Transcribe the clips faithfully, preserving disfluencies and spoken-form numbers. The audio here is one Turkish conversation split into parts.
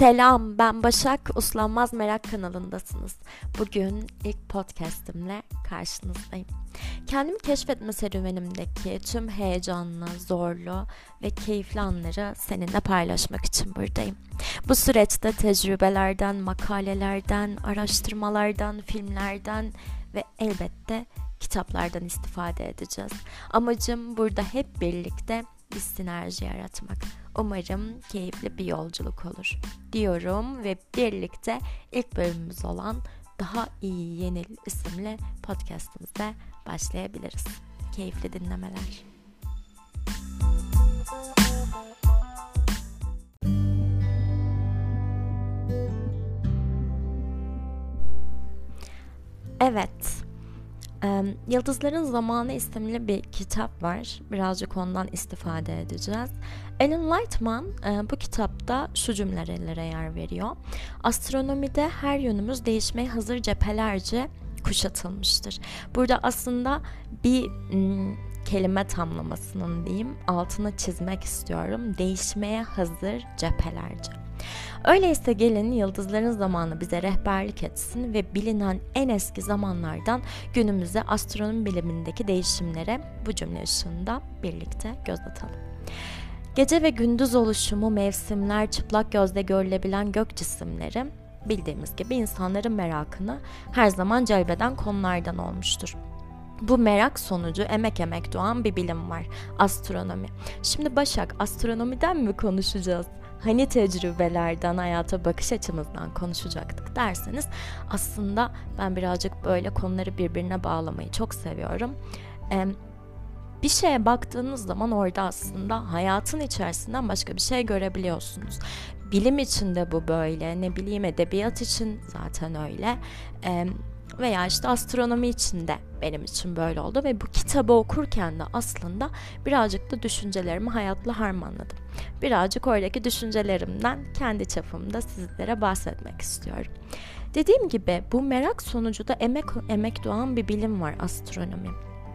Selam, ben Başak, Uslanmaz Merak kanalındasınız. Bugün ilk podcastimle karşınızdayım. Kendimi keşfetme serüvenimdeki tüm heyecanlı, zorlu ve keyifli anları seninle paylaşmak için buradayım. Bu süreçte tecrübelerden, makalelerden, araştırmalardan, filmlerden ve elbette kitaplardan istifade edeceğiz. Amacım burada hep birlikte bir sinerji yaratmak. Umarım keyifli bir yolculuk olur diyorum ve birlikte ilk bölümümüz olan Daha İyi Yenil isimli podcastımıza başlayabiliriz. Keyifli dinlemeler. Evet. Yıldızların Zamanı isimli bir kitap var. Birazcık ondan istifade edeceğiz. Alan Lightman bu kitapta şu cümlelere yer veriyor. Astronomide her yönümüz değişmeye hazır cephelerce kuşatılmıştır. Burada aslında bir ım, kelime tamlamasının diyeyim altını çizmek istiyorum. Değişmeye hazır cephelerce. Öyleyse gelin yıldızların zamanı bize rehberlik etsin ve bilinen en eski zamanlardan günümüze astronomi bilimindeki değişimlere bu cümle ışığında birlikte göz atalım. Gece ve gündüz oluşumu, mevsimler, çıplak gözle görülebilen gök cisimleri bildiğimiz gibi insanların merakını her zaman celbeden konulardan olmuştur. Bu merak sonucu emek emek doğan bir bilim var, astronomi. Şimdi Başak, astronomiden mi konuşacağız? Hani tecrübelerden, hayata bakış açımızdan konuşacaktık derseniz aslında ben birazcık böyle konuları birbirine bağlamayı çok seviyorum. Ee, bir şeye baktığınız zaman orada aslında hayatın içerisinden başka bir şey görebiliyorsunuz. Bilim için de bu böyle, ne bileyim edebiyat için zaten öyle. Ee, Veya işte astronomi için de benim için böyle oldu ve bu kitabı okurken de aslında birazcık da düşüncelerimi hayatla harmanladım. Birazcık oradaki düşüncelerimden kendi çapımda sizlere bahsetmek istiyorum. Dediğim gibi bu merak sonucu da emek, emek doğan bir bilim var astronomi.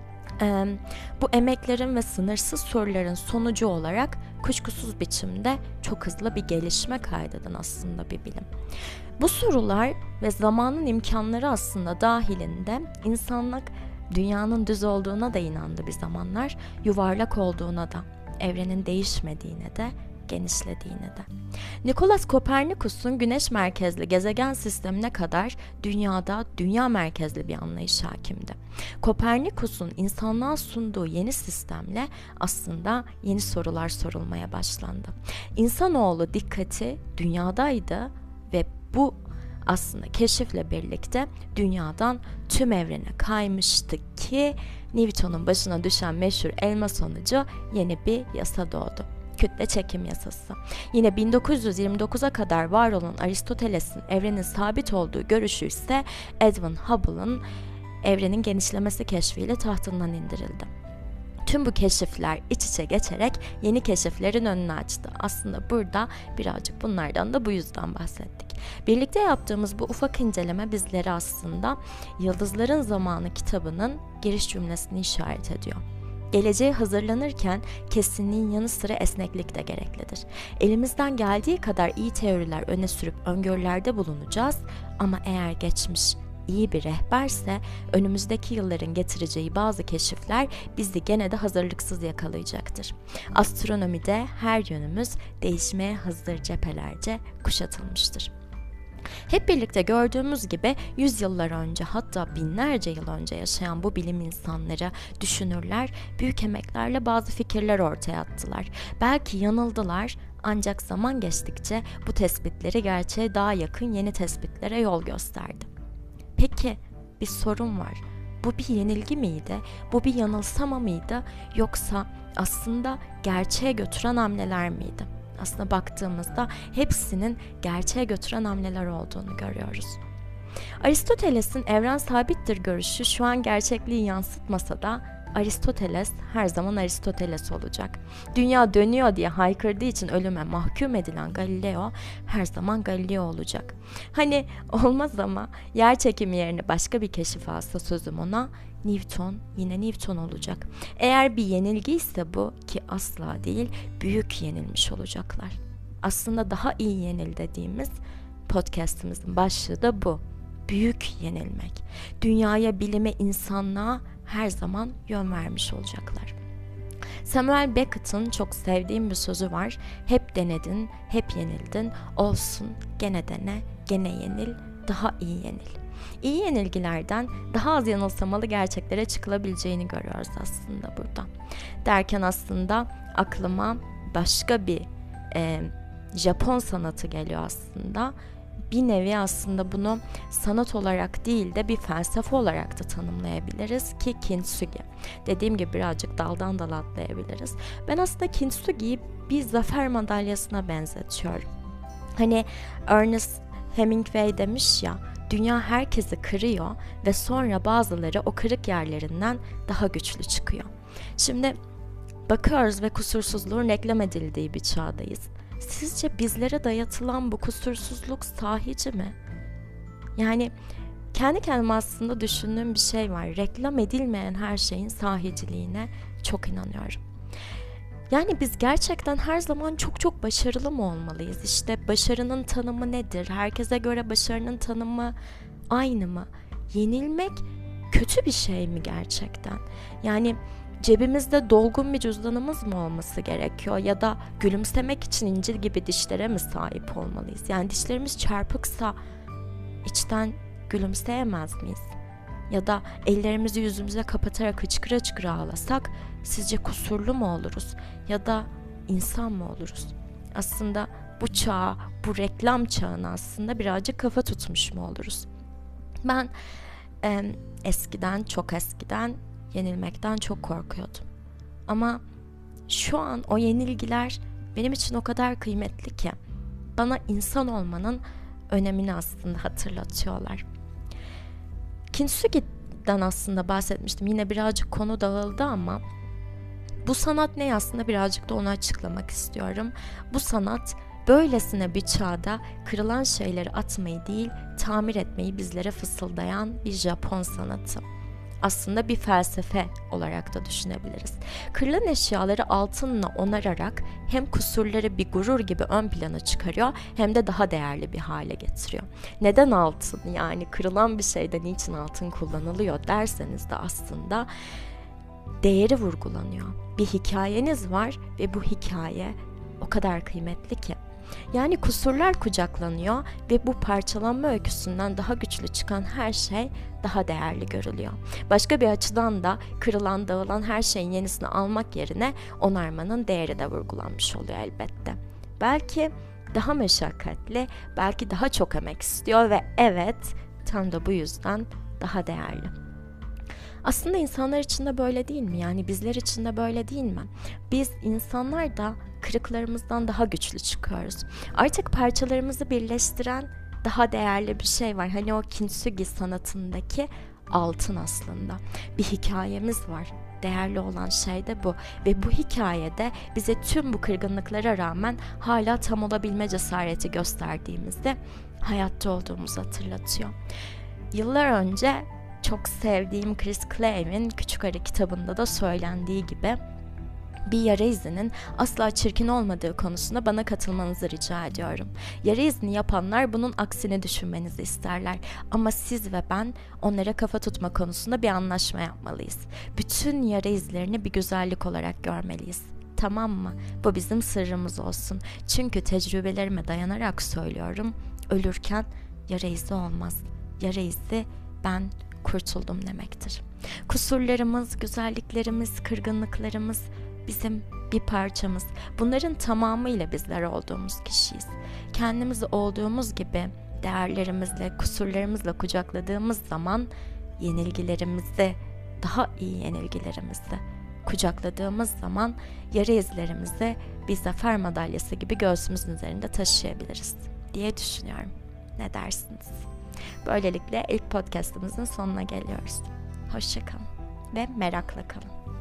Ee, bu emeklerin ve sınırsız soruların sonucu olarak kuşkusuz biçimde çok hızlı bir gelişme kaydeden aslında bir bilim. Bu sorular ve zamanın imkanları aslında dahilinde insanlık dünyanın düz olduğuna da inandı bir zamanlar, yuvarlak olduğuna da, evrenin değişmediğine de, genişlediğine de. Nikolaus Kopernikus'un güneş merkezli gezegen sistemine kadar dünyada dünya merkezli bir anlayış hakimdi. Kopernikus'un insanlığa sunduğu yeni sistemle aslında yeni sorular sorulmaya başlandı. İnsanoğlu dikkati dünyadaydı ve bu aslında keşifle birlikte dünyadan tüm evrene kaymıştı ki Newton'un başına düşen meşhur elma sonucu yeni bir yasa doğdu. Kütle çekim yasası. Yine bin dokuz yüz yirmi dokuza kadar var olan Aristoteles'in evrenin sabit olduğu görüşü ise Edwin Hubble'ın evrenin genişlemesi keşfiyle tahtından indirildi. Tüm bu keşifler iç içe geçerek yeni keşiflerin önünü açtı. Aslında burada birazcık bunlardan da bu yüzden bahsettik. Birlikte yaptığımız bu ufak inceleme bizlere aslında Yıldızların Zamanı kitabının giriş cümlesini işaret ediyor. Geleceğe hazırlanırken kesinliğin yanı sıra esneklik de gereklidir. Elimizden geldiği kadar iyi teoriler öne sürüp öngörülerde bulunacağız ama eğer geçmiş iyi bir rehberse önümüzdeki yılların getireceği bazı keşifler bizi gene de hazırlıksız yakalayacaktır. Astronomide her yönümüz değişmeye hazır cephelerce kuşatılmıştır. Hep birlikte gördüğümüz gibi yüzyıllar önce hatta binlerce yıl önce yaşayan bu bilim insanları, düşünürler büyük emeklerle bazı fikirler ortaya attılar. Belki yanıldılar ancak zaman geçtikçe bu tespitleri gerçeğe daha yakın yeni tespitlere yol gösterdi. Peki bir sorun var. Bu bir yenilgi miydi? Bu bir yanılsama mıydı? Yoksa aslında gerçeğe götüren hamleler miydi? Aslında baktığımızda hepsinin gerçeğe götüren hamleler olduğunu görüyoruz. Aristoteles'in evren sabittir görüşü şu an gerçekliği yansıtmasa da Aristoteles her zaman Aristoteles olacak. Dünya dönüyor diye haykırdığı için ölüme mahkum edilen Galileo her zaman Galileo olacak. Hani olmaz ama yer çekimi yerine başka bir keşif alsa sözüm ona, Newton yine Newton olacak. Eğer bir yenilgi ise bu, ki asla değil, büyük yenilmiş olacaklar. Aslında daha iyi yenil dediğimiz podcast'imizin başlığı da bu. Büyük yenilmek. Dünyaya, bilime, insanlığa her zaman yön vermiş olacaklar. Samuel Beckett'ın çok sevdiğim bir sözü var. Hep denedin, hep yenildin. Olsun, gene dene, gene yenil, daha iyi yenil. İyi yenilgilerden daha az yanılsamalı gerçeklere çıkılabileceğini görüyoruz aslında burada. Derken aslında aklıma başka bir e, Japon sanatı geliyor aslında. Bir nevi aslında bunu sanat olarak değil de bir felsefe olarak da tanımlayabiliriz ki Kintsugi. Dediğim gibi birazcık daldan dala atlayabiliriz. Ben aslında Kintsugi'yi bir zafer madalyasına benzetiyorum. Hani Ernest Hemingway demiş ya, dünya herkesi kırıyor ve sonra bazıları o kırık yerlerinden daha güçlü çıkıyor. Şimdi bakıyoruz ve kusursuzluğun reklam edildiği bir çağdayız. Sizce bizlere dayatılan bu kusursuzluk sahici mi? Yani kendi kendime aslında düşündüğüm bir şey var. Reklam edilmeyen her şeyin sahiciliğine çok inanıyorum. Yani biz gerçekten her zaman çok çok başarılı mı olmalıyız? İşte başarının tanımı nedir? Herkese göre başarının tanımı aynı mı? Yenilmek kötü bir şey mi gerçekten? Yani cebimizde dolgun bir cüzdanımız mı olması gerekiyor? Ya da gülümsemek için incir gibi dişlere mi sahip olmalıyız? Yani dişlerimiz çarpıksa içten gülümseyemez miyiz? Ya da ellerimizi yüzümüze kapatarak hıçkıra hıçkıra ağlasak sizce kusurlu mu oluruz? Ya da insan mı oluruz? Aslında bu çağa, bu reklam çağına aslında birazcık kafa tutmuş mu oluruz? Ben e, eskiden, çok eskiden yenilmekten çok korkuyordum. Ama şu an o yenilgiler benim için o kadar kıymetli ki bana insan olmanın önemini aslında hatırlatıyorlar. Kintsugi'den aslında bahsetmiştim. Yine birazcık konu dağıldı ama bu sanat ne aslında birazcık da onu açıklamak istiyorum. Bu sanat böylesine bir çağda kırılan şeyleri atmayı değil, tamir etmeyi bizlere fısıldayan bir Japon sanatı. Aslında bir felsefe olarak da düşünebiliriz. Kırılan eşyaları altınla onararak hem kusurları bir gurur gibi ön plana çıkarıyor hem de daha değerli bir hale getiriyor. Neden altın? Yani kırılan bir şeyde niçin altın kullanılıyor derseniz de aslında değeri vurgulanıyor. Bir hikayeniz var ve bu hikaye o kadar kıymetli ki. Yani kusurlar kucaklanıyor ve bu parçalanma öyküsünden daha güçlü çıkan her şey daha değerli görülüyor. Başka bir açıdan da kırılan, dağılan her şeyin yenisini almak yerine onarmanın değeri de vurgulanmış oluyor elbette. Belki daha meşakkatli, belki daha çok emek istiyor ve evet, tam da bu yüzden daha değerli. Aslında insanlar için de böyle değil mi? Yani bizler için de böyle değil mi? Biz insanlar da kırıklarımızdan daha güçlü çıkıyoruz. Artık parçalarımızı birleştiren daha değerli bir şey var. Hani o Kintsugi sanatındaki altın aslında. Bir hikayemiz var. Değerli olan şey de bu. Ve bu hikayede bize tüm bu kırgınlıklara rağmen hala tam olabilme cesareti gösterdiğimizde hayatta olduğumuzu hatırlatıyor. Yıllar önce çok sevdiğim Chris Claim'in Küçük Arı kitabında da söylendiği gibi bir yara izinin asla çirkin olmadığı konusunda bana katılmanızı rica ediyorum. Yara izini yapanlar bunun aksini düşünmenizi isterler. Ama siz ve ben onlara kafa tutma konusunda bir anlaşma yapmalıyız. Bütün yara izlerini bir güzellik olarak görmeliyiz. Tamam mı? Bu bizim sırrımız olsun. Çünkü tecrübelerime dayanarak söylüyorum. Ölürken yara izi olmaz. Yara izi ben kurtuldum demektir. Kusurlarımız, güzelliklerimiz, kırgınlıklarımız bizim bir parçamız. Bunların tamamıyla bizler olduğumuz kişiyiz. Kendimizi olduğumuz gibi değerlerimizle, kusurlarımızla kucakladığımız zaman yenilgilerimizi, daha iyi yenilgilerimizi kucakladığımız zaman yara izlerimizi bir zafer madalyası gibi göğsümüzün üzerinde taşıyabiliriz diye düşünüyorum. Ne dersiniz? Böylelikle ilk podcastımızın sonuna geliyoruz. Hoşça kalın ve merakla kalın.